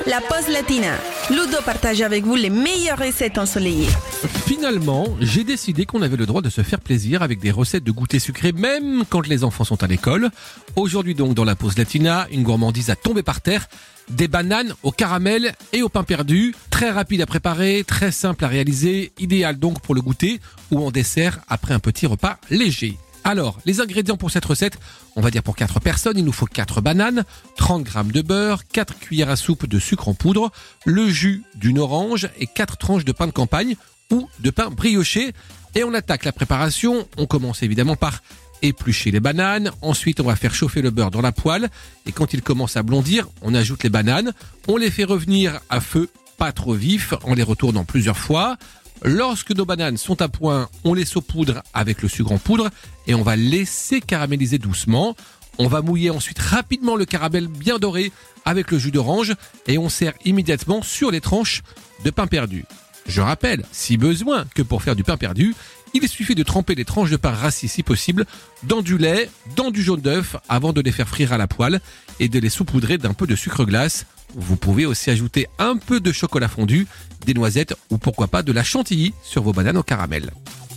La pause latina. Ludo partage avec vous les meilleures recettes ensoleillées. Finalement, j'ai décidé qu'on avait le droit de se faire plaisir avec des recettes de goûter sucré, même quand les enfants sont à l'école. Aujourd'hui donc, dans la pause latina, une gourmandise à tomber par terre. Des bananes au caramel et au pain perdu. Très rapide à préparer, très simple à réaliser. Idéal donc pour le goûter ou en dessert après un petit repas léger. Alors, les ingrédients pour cette recette, on va dire pour 4 personnes, il nous faut 4 bananes, 30 g de beurre, 4 cuillères à soupe de sucre en poudre, le jus d'une orange et 4 tranches de pain de campagne ou de pain brioché. Et on attaque la préparation. On commence évidemment par éplucher les bananes. Ensuite, on va faire chauffer le beurre dans la poêle. Et quand il commence à blondir, on ajoute les bananes. On les fait revenir à feu pas trop vif en les retournant plusieurs fois. Lorsque nos bananes sont à point, on les saupoudre avec le sucre en poudre et on va laisser caraméliser doucement. On va mouiller ensuite rapidement le caramel bien doré avec le jus d'orange et on sert immédiatement sur les tranches de pain perdu. Je rappelle, si besoin, que pour faire du pain perdu, il suffit de tremper les tranches de pain rassis si possible dans du lait, dans du jaune d'œuf avant de les faire frire à la poêle et de les saupoudrer d'un peu de sucre glace. Vous pouvez aussi ajouter un peu de chocolat fondu, des noisettes ou pourquoi pas de la chantilly sur vos bananes au caramel.